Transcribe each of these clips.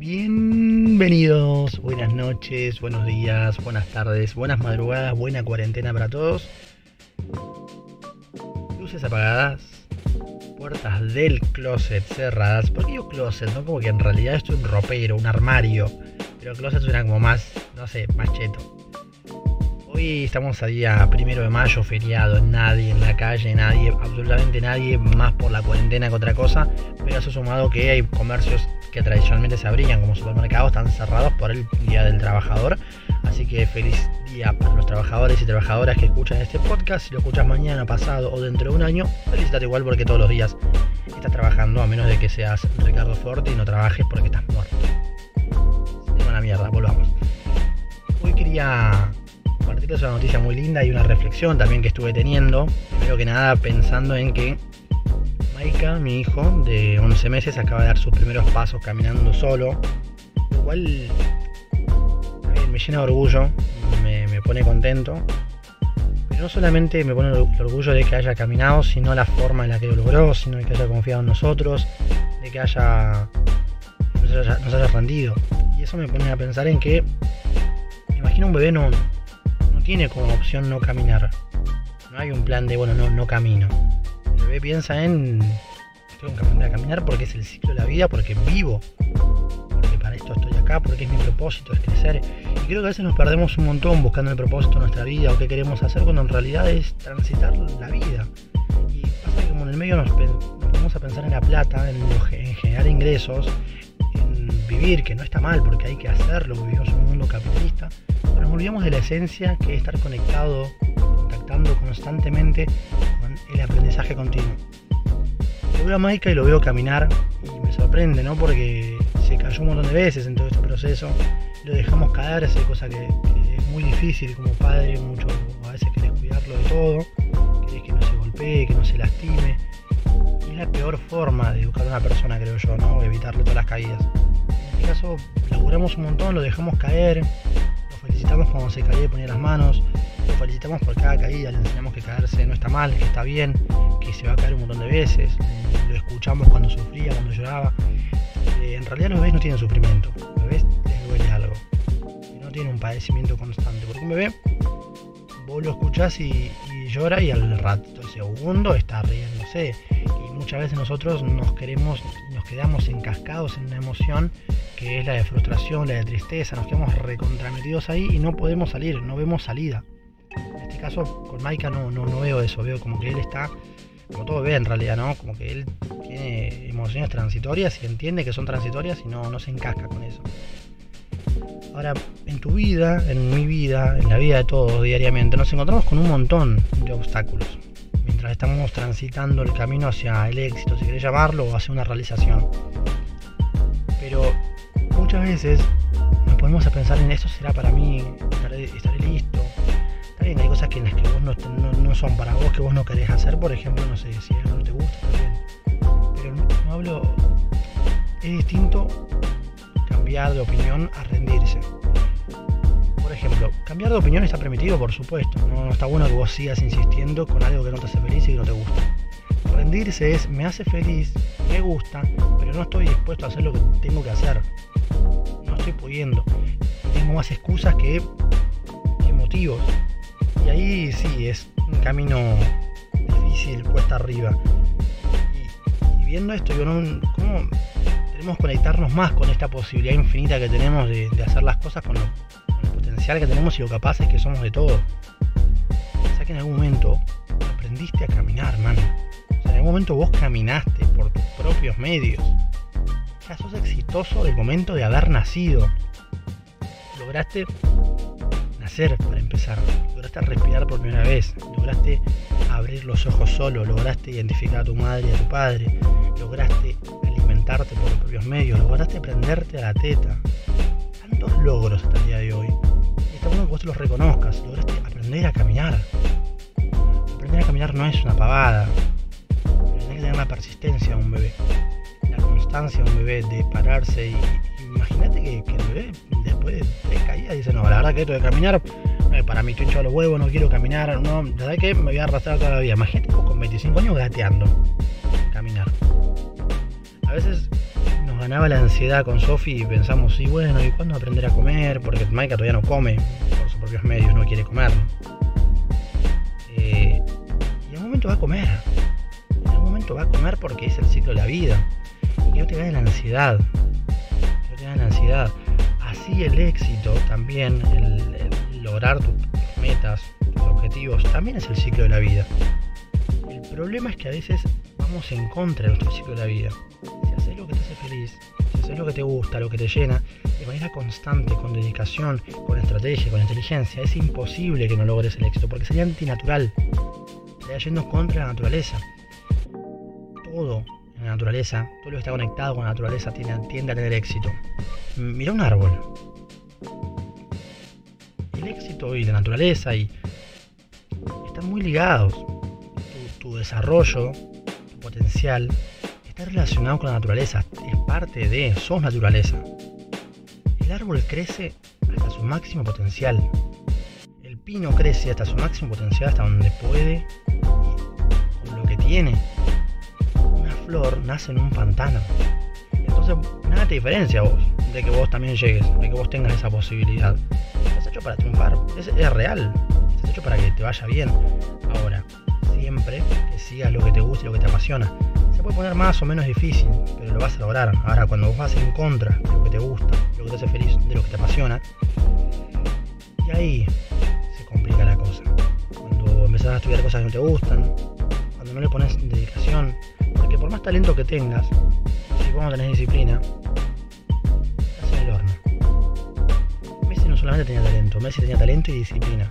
Bienvenidos, buenas noches, buenos días, buenas tardes, buenas madrugadas, buena cuarentena para todos. Luces apagadas, puertas del closet cerradas. ¿Por qué digo closet? No, como que en realidad esto es un ropero, un armario. Pero closet suena como más, no sé, más cheto. Hoy estamos a día 1 de mayo, feriado, nadie en la calle, nadie, absolutamente nadie, más por la cuarentena que otra cosa. Pero eso sumado que hay comercios que tradicionalmente se abrían como supermercados, están cerrados por el Día del Trabajador. Así que feliz día para los trabajadores y trabajadoras que escuchan este podcast. Si lo escuchas mañana, pasado o dentro de un año, felicitate igual porque todos los días estás trabajando, a menos de que seas Ricardo Forte y no trabajes porque estás muerto. Es una mierda, volvamos. Hoy quería compartirles una noticia muy linda y una reflexión también que estuve teniendo. Primero que nada pensando en que Maika, mi hijo de 11 meses, acaba de dar sus primeros pasos caminando solo, lo cual me llena de orgullo, me pone contento, pero no solamente me pone el orgullo de que haya caminado, sino la forma en la que lo logró, sino de que haya confiado en nosotros, de que nos haya rendido. Y eso me pone a pensar en que, me imagino, un bebé no tiene como opción no caminar. No hay un plan de, no camino. El bebé piensa en, tengo que aprender a caminar porque es el ciclo de la vida, porque vivo, porque para esto estoy acá, porque es mi propósito, es crecer. Y creo que a veces nos perdemos un montón buscando el propósito de nuestra vida o qué queremos hacer, cuando en realidad es transitar la vida. Y pasa que como en el medio nos ponemos a pensar en la plata, en generar ingresos, en vivir, que no está mal porque hay que hacerlo, vivimos en un mundo capitalista, pero nos olvidamos de la esencia, que es estar conectado, contactando constantemente con el aprendizaje continuo. Lo veo a Maika y lo veo caminar y me sorprende, ¿no? Porque se cayó un montón de veces en todo este proceso, lo dejamos caerse, cosa que es muy difícil como padre, a veces querés cuidarlo de todo, querés que no se golpee, que no se lastime, y es la peor forma de educar a una persona, creo yo, ¿no? Evitarle todas las caídas. En este caso laburamos un montón, lo dejamos caer, lo felicitamos cuando se caía y ponía las manos, lo felicitamos por cada caída, le enseñamos que caerse no está mal, que está bien, que se va a caer un montón de veces, lo escuchamos cuando sufría, cuando lloraba. En realidad los bebés no tienen sufrimiento, los bebés les duele algo, no tienen un padecimiento constante, porque un bebé vos lo escuchás y llora y al rato, al segundo, está riéndose, y muchas veces nosotros nos quedamos encascados en una emoción que es la de frustración, la de tristeza, nos quedamos recontrametidos ahí y no podemos salir, no vemos salida. En este caso con Maika no veo eso, veo como que él está, como todo bebé en realidad, ¿no? Como que él tiene emociones transitorias y entiende que son transitorias y no se encasca con eso. Ahora, en tu vida, en mi vida, en la vida de todos diariamente, nos encontramos con un montón de obstáculos mientras estamos transitando el camino hacia el éxito, si querés llamarlo, o hacia una realización. Pero muchas veces nos ponemos a pensar en esto será para mí, estaré listo. Está bien, hay cosas que en las que vos no son para vos, que vos no querés hacer, por ejemplo, no sé, si algo no te gusta, está bien. Pero no hablo, es distinto cambiar de opinión a rendirse. Por ejemplo, cambiar de opinión está permitido, por supuesto, no está bueno que vos sigas insistiendo con algo que no te hace feliz y que no te gusta. Rendirse es, me hace feliz, me gusta, pero no estoy dispuesto a hacer lo que tengo que hacer, no estoy pudiendo, tengo más excusas que motivos, y ahí sí, es un camino difícil, cuesta arriba. Y viendo esto, digo, ¿cómo tenemos que conectarnos más con esta posibilidad infinita que tenemos de hacer las cosas con el potencial que tenemos y lo capaces que somos de todo? O sea que en algún momento aprendiste a caminar, man. O sea, en algún momento vos caminaste por tus propios medios. Ya sos exitoso del momento de haber nacido. Lograste nacer para empezar. Lograste respirar por primera vez. Lograste abrir los ojos solo. Lograste identificar a tu madre y a tu padre. Lograste alimentarte por los propios medios. Lograste prenderte a la teta. Tantos logros hasta el día de hoy. Y está bueno que vos te los reconozcas. Lograste aprender a caminar. Aprender a caminar no es una pavada. Pero tenés que tener la persistencia de un bebé. La constancia de un bebé de pararse y imagínate que el bebé después de 3 caídas dice, no, la verdad que esto de caminar, para mí estoy hinchado los huevos, no quiero caminar, no, la verdad que me voy a arrastrar toda la vida. Imagínate vos con 25 años gateando, caminar. A veces nos ganaba la ansiedad con Sofi y pensamos, sí, bueno, ¿y cuándo aprender a comer? Porque Maika todavía no come por sus propios medios, no quiere comer. Y en un momento va a comer. En algún momento va a comer porque es el ciclo de la vida. Y que no te gane la ansiedad. Que no te gane la ansiedad. Así el éxito también, el lograr tus metas, tus objetivos, también es el ciclo de la vida. El problema es que a veces vamos en contra de nuestro ciclo de la vida. Si haces lo que te hace feliz, si haces lo que te gusta, lo que te llena, de manera constante, con dedicación, con estrategia, con inteligencia, es imposible que no logres el éxito, porque sería antinatural. Estaría yendo contra la naturaleza. Todo en la naturaleza, todo lo que está conectado con la naturaleza tiende a tener éxito. Mira un árbol. El éxito y la naturaleza están muy ligados. Tu desarrollo, tu potencial, está relacionado con la naturaleza, es parte de, sos naturaleza. El árbol crece hasta su máximo potencial. El pino crece hasta su máximo potencial, hasta donde puede, y con lo que tiene. Una flor nace en un pantano. Entonces, nada te diferencia a vos, de que vos también llegues, de que vos tengas esa posibilidad. Estás hecho para triunfar, es real, estás hecho para que te vaya bien. Ahora, siempre que sigas lo que te gusta y lo que te apasiona. Se puede poner más o menos difícil, pero lo vas a lograr. Ahora, cuando vos vas en contra de lo que te gusta, de lo que te hace feliz, de lo que te apasiona, y ahí se complica la cosa. Cuando empezás a estudiar cosas que no te gustan, cuando no le pones dedicación, porque por más talento que tengas, si vos no tenés disciplina, estás en el horno. Messi no solamente tenía talento, Messi tenía talento y disciplina.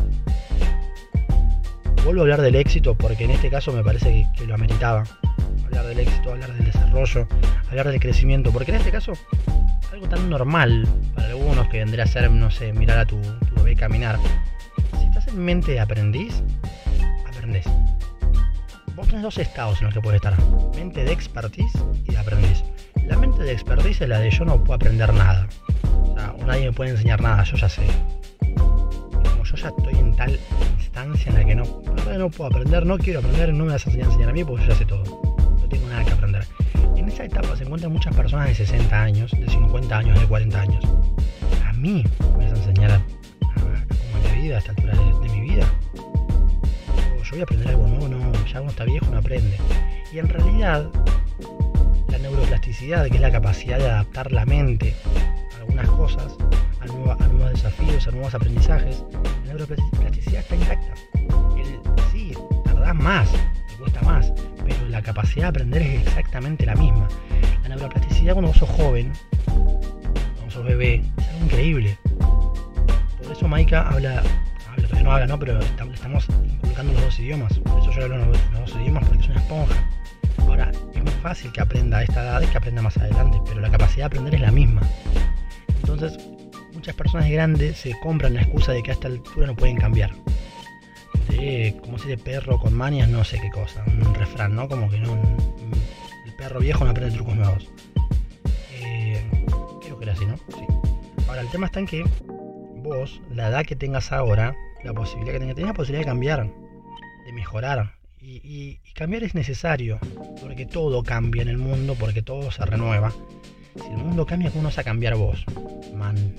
Vuelvo a hablar del éxito porque en este caso me parece que lo ameritaba. Hablar del éxito, hablar del desarrollo, hablar del crecimiento, porque en este caso algo tan normal para algunos que vendría a ser, no sé, mirar a tu bebé caminar. Si estás en mente de aprendiz, aprendés. Vos tenés dos estados en los que puedes estar: mente de expertise y de aprendiz. La mente de expertise es la de yo no puedo aprender nada, o sea, nadie me puede enseñar nada, yo ya sé. Como yo ya estoy en tal instancia en la que no puedo aprender, no quiero aprender, no me vas a enseñar a mí porque yo ya sé todo, no tengo nada que aprender. En esa etapa se encuentran muchas personas de 60 años, de 50 años, de 40 años. A mí me vas a enseñar a cómo es la vida a esta altura de mi vida. O yo voy a aprender algo nuevo, no, ya uno está viejo, no aprende. Y en realidad, la neuroplasticidad, que es la capacidad de adaptar la mente a algunas cosas, a nuevos desafíos, a nuevos aprendizajes, la neuroplasticidad está intacta. Sí, tardás más, te cuesta más, pero la capacidad de aprender es exactamente la misma. La neuroplasticidad cuando vos sos joven, cuando sos bebé, es algo increíble. Por eso Maika todavía no habla, ¿no? Pero estamos inculcando los dos idiomas. Por eso yo hablo los dos idiomas, porque es una esponja. Ahora, es muy fácil que aprenda a esta edad y que aprenda más adelante, pero la capacidad de aprender es la misma. Entonces, muchas personas grandes se compran la excusa de que a esta altura no pueden cambiar. Como si de perro con manias, no sé qué cosa, un refrán, ¿no? Como que no, el perro viejo no aprende trucos nuevos. Creo que era así, ¿no? Sí. Ahora, el tema está en que vos, la edad que tengas ahora, la posibilidad que tenés la posibilidad de cambiar, de mejorar. Y cambiar es necesario, porque todo cambia en el mundo, porque todo se renueva. Si el mundo cambia, ¿cómo vas a cambiar vos? Man,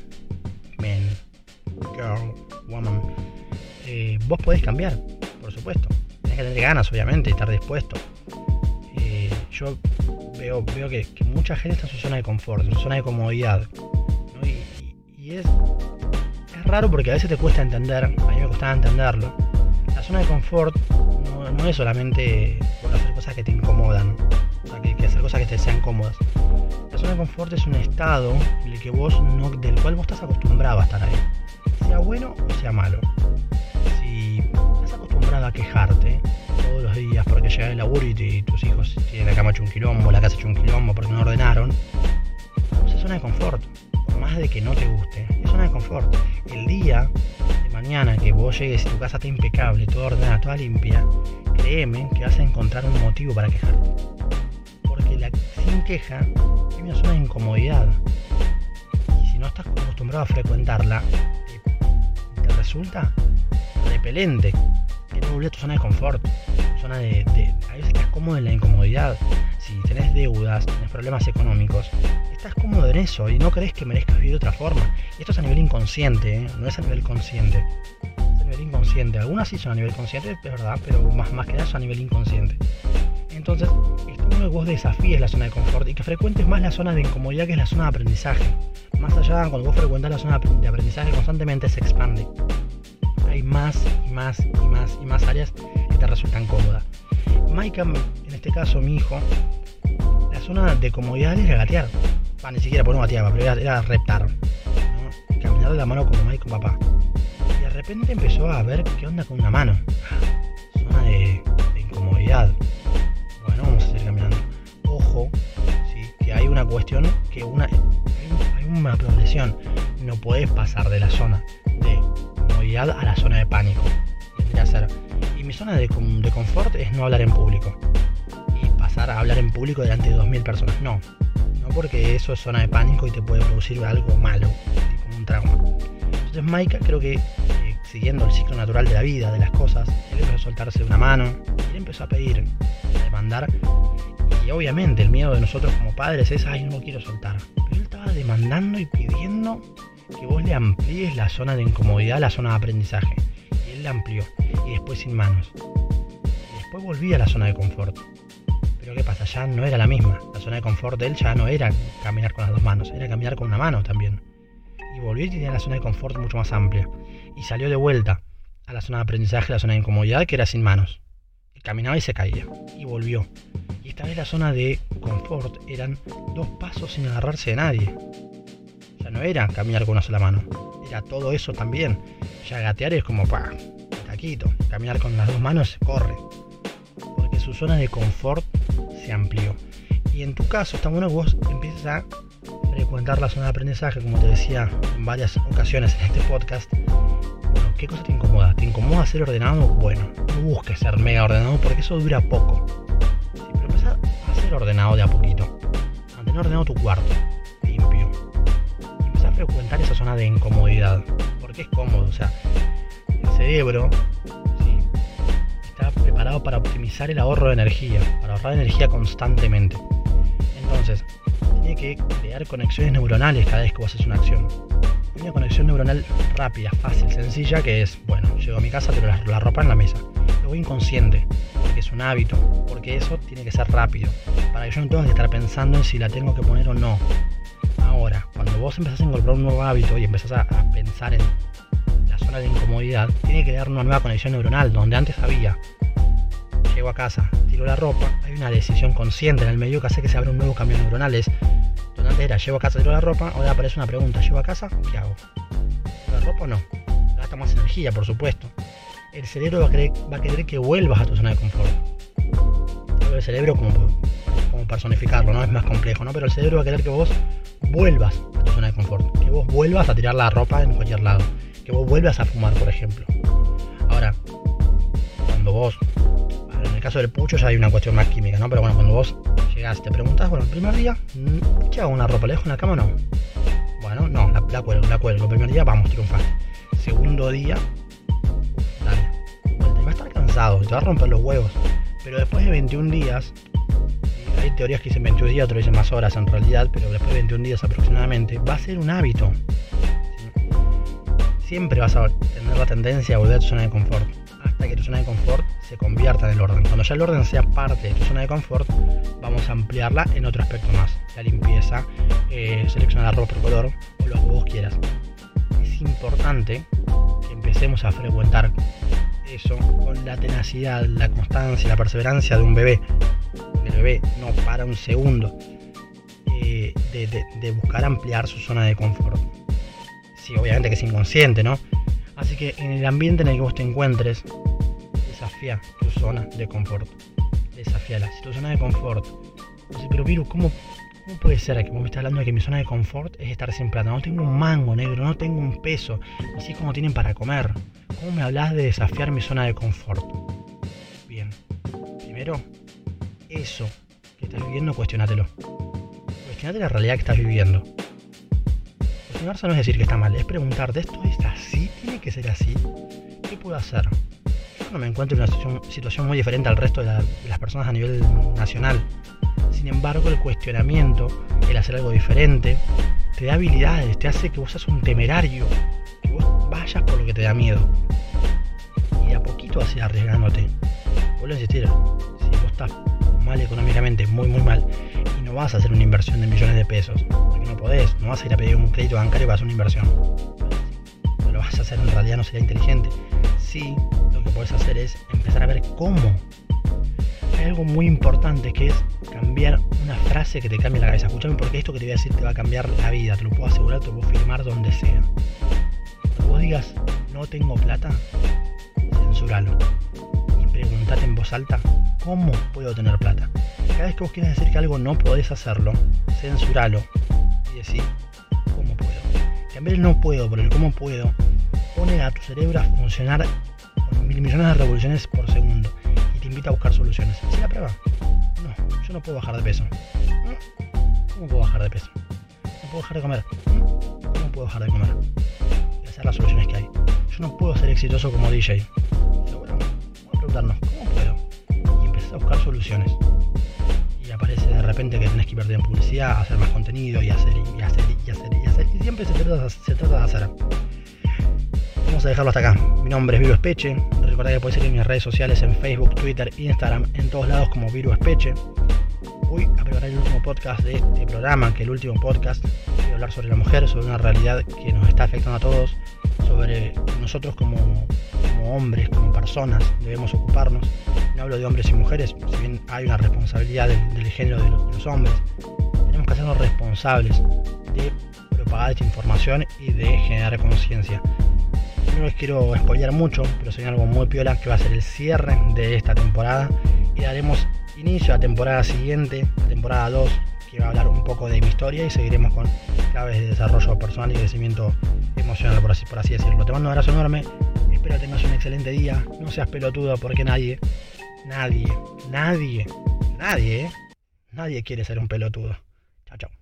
girl, woman. Vos podés cambiar, por supuesto. Tenés que tener ganas, obviamente, y estar dispuesto. Yo veo que mucha gente está en su zona de confort, en su zona de comodidad, ¿no? Y es raro porque a veces te cuesta entender, a mí me costaba entenderlo. La zona de confort no es solamente por hacer cosas que te incomodan, o sea, que hacer cosas que te sean cómodas. La zona de confort es un estado del cual vos estás acostumbrado a estar ahí, sea bueno o sea malo. Si estás acostumbrado a quejarte todos los días porque llegas del laburo y tus hijos tienen la cama hecho un quilombo, la casa hecho un quilombo porque no ordenaron, pues es zona de confort. Por más de que no te guste, es zona de confort. El día de mañana que vos llegues y tu casa está impecable, toda ordenada, toda limpia, créeme que vas a encontrar un motivo para quejarte. Porque sin queja hay una zona de incomodidad. Y si no estás acostumbrado a frecuentarla, te resulta repelente. Querés volver a tu zona de confort. Tu zona zona a veces estás cómodo en la incomodidad. Si tenés deudas, tenés problemas económicos, estás cómodo en eso y no crees que merezcas vivir de otra forma. Y esto es a nivel inconsciente, no es a nivel consciente. Es a nivel inconsciente. Algunas sí son a nivel consciente, es verdad, pero más que nada son a nivel inconsciente. Entonces, está bueno que vos desafíes la zona de confort y que frecuentes más la zona de incomodidad, que es la zona de aprendizaje. Más allá, cuando vos frecuentás la zona de aprendizaje, constantemente se expande. Hay más y más y más y más áreas que te resultan cómodas. Maika, en este caso mi hijo, la zona de comodidad era gatear. Ni siquiera no gateaba, pero era reptar, ¿no? Caminar de la mano como mamá y con papá. Y de repente empezó a ver qué onda con una mano. Zona de incomodidad. Bueno, vamos a seguir caminando. Ojo, ¿sí? Que hay una cuestión, que hay una progresión. No podés pasar de la zona de comodidad a la zona de pánico. Tendría que ser. Y mi zona de confort es no hablar en público. Y pasar a hablar en público delante de 2000 personas. No, porque eso es zona de pánico y te puede producir algo malo, como un trauma. Entonces Maika, creo que siguiendo el ciclo natural de la vida, de las cosas, él empezó a soltarse de una mano, y él empezó a pedir, a demandar, y obviamente el miedo de nosotros como padres es, ay, no quiero soltar. Pero él estaba demandando y pidiendo que vos le amplíes la zona de incomodidad, la zona de aprendizaje. Y él la amplió, y después sin manos. Y después volvía a la zona de confort. Pero ¿qué pasa? Ya no era la misma. La zona de confort de él ya no era caminar con las dos manos, era caminar con una mano también. Y volvió y tenía la zona de confort mucho más amplia. Y salió de vuelta a la zona de aprendizaje, la zona de incomodidad, que era sin manos. Y caminaba y se caía. Y volvió. Y esta vez la zona de confort eran 2 pasos sin agarrarse de nadie. Ya no era caminar con una sola mano. Era todo eso también. Ya gatear es como, taquito. Caminar con las 2 manos, corre. Porque su zona de confort se amplió. Y en tu caso está bueno que vos empieces a frecuentar la zona de aprendizaje, como te decía en varias ocasiones en este podcast. Bueno, ¿qué cosa te incomoda? ¿Te incomoda ser ordenado? Bueno, no busques ser mega ordenado porque eso dura poco. Sí, pero empezá a ser ordenado de a poquito. Mantener ordenado tu cuarto, limpio. Y empezá a frecuentar esa zona de incomodidad. Porque es cómodo, o sea, el cerebro preparado para optimizar el ahorro de energía, para ahorrar energía constantemente. Entonces, tiene que crear conexiones neuronales cada vez que vos haces una acción. Una conexión neuronal rápida, fácil, sencilla, que es, bueno, llego a mi casa, tiro la ropa en la mesa. Luego inconsciente, porque es un hábito, porque eso tiene que ser rápido, para que yo no tenga que estar pensando en si la tengo que poner o no. Ahora, cuando vos empezás a incorporar un nuevo hábito y empezás a pensar en la zona de incomodidad, tiene que crear una nueva conexión neuronal, donde antes había llego a casa, tiro la ropa, hay una decisión consciente en el medio que hace que se abra un nuevo camino neuronal. Donde antes era llego a casa, tiro la ropa, ahora aparece una pregunta, ¿llego a casa? ¿Qué hago? ¿Tiro la ropa o no? Gasta más energía, por supuesto. El cerebro va a querer que vuelvas a tu zona de confort. El cerebro, como personificarlo, ¿no? Es más complejo, ¿no? Pero el cerebro va a querer que vos vuelvas a tu zona de confort, que vos vuelvas a tirar la ropa en cualquier lado, que vos vuelvas a fumar, por ejemplo. Ahora, cuando vos, en el caso del pucho ya hay una cuestión más química, ¿no? Pero bueno, cuando vos llegás y te preguntás, bueno, el primer día, ¿qué hago? ¿Una ropa? ¿La dejo en la cama o no? Bueno, no, la cuelgo. El primer día vamos, triunfar. Segundo día, dale. Te va a estar cansado, te va a romper los huevos. Pero después de 21 días, hay teorías que dicen 21 días, otros dicen más horas en realidad, pero después de 21 días aproximadamente, va a ser un hábito. ¿Sí? Siempre vas a tener la tendencia a volver a tu zona de confort, hasta que tu zona de confort se convierta en el orden. Cuando ya el orden sea parte de tu zona de confort, vamos a ampliarla en otro aspecto más. La limpieza, seleccionar la ropa por color o lo que vos quieras. Es importante que empecemos a frecuentar eso con la tenacidad, la constancia, la perseverancia de un bebé. El bebé no para un segundo de buscar ampliar su zona de confort. Sí, obviamente que es inconsciente, ¿no? Así que en el ambiente en el que vos te encuentres, desafía tu zona de confort. Desafíala. Si tu zona de confort, no sé, pero Viru, ¿cómo puede ser que vos me estás hablando de que mi zona de confort es estar sin plata? No tengo un mango, negro, no tengo un peso, ni sé cómo tienen para comer. ¿Cómo me hablas de desafiar mi zona de confort? Bien, primero, eso que estás viviendo, cuestionátelo. Cuestionate la realidad que estás viviendo. Cuestionarse no es decir que está mal, es preguntarte, ¿esto es así? ¿Tiene que ser así? ¿Qué puedo hacer? Yo yo no me encuentro en una situación muy diferente al resto de las personas a nivel nacional. Sin embargo, el cuestionamiento, el hacer algo diferente, te da habilidades, te hace que vos seas un temerario, que vos vayas por lo que te da miedo. Y a poquito vas a ir arriesgándote. Vuelvo a insistir, si vos estás mal económicamente, muy mal, y no vas a hacer una inversión de millones de pesos, porque no podés, no vas a ir a pedir un crédito bancario para hacer una inversión. No lo vas a hacer, en realidad no sería inteligente. Sí, lo que podés hacer es empezar a ver cómo. Hay algo muy importante que es cambiar una frase que te cambie la cabeza. Escúchame, porque esto que te voy a decir te va a cambiar la vida, te lo puedo asegurar, te lo puedo firmar donde sea. Cuando vos digas no tengo plata, censuralo y pregúntate en voz alta ¿cómo puedo tener plata? Cada vez que vos quieras decir que algo no podés hacerlo, censuralo y decir ¿cómo puedo? Cambiar el no puedo por el cómo puedo pone a tu cerebro a funcionar con 1000 millones de revoluciones por segundo y te invita a buscar soluciones. ¿Sí la prueba? No, yo no puedo bajar de peso. ¿Cómo puedo bajar de peso? No puedo dejar de comer. ¿Cómo puedo dejar de comer? Y hacer las soluciones que hay. Yo no puedo ser exitoso como DJ. Pero bueno, vamos a preguntarnos, ¿cómo puedo? Y empezás a buscar soluciones. Y aparece de repente que tenés que invertir en publicidad, hacer más contenido y hacer. Y siempre se trata de hacer. Vamos a dejarlo hasta acá. Mi nombre es Viru Espeche. Recordá que podés seguir en mis redes sociales en Facebook, Twitter, Instagram, en todos lados como Viru Espeche. Voy a preparar el último podcast de este programa, que el último podcast voy a hablar sobre la mujer, sobre una realidad que nos está afectando a todos, sobre nosotros como hombres, como personas, debemos ocuparnos. No hablo de hombres y mujeres, si bien hay una responsabilidad del género de los hombres, tenemos que hacernos responsables de propagar esta información y de generar conciencia. No les quiero spoilear mucho, pero se viene algo muy piola que va a ser el cierre de esta temporada y daremos inicio a la temporada siguiente, la temporada 2, que va a hablar un poco de mi historia y seguiremos con claves de desarrollo personal y crecimiento emocional, por así decirlo. Te mando un abrazo enorme, espero que tengas un excelente día, no seas pelotudo porque nadie quiere ser un pelotudo. Chao, chao.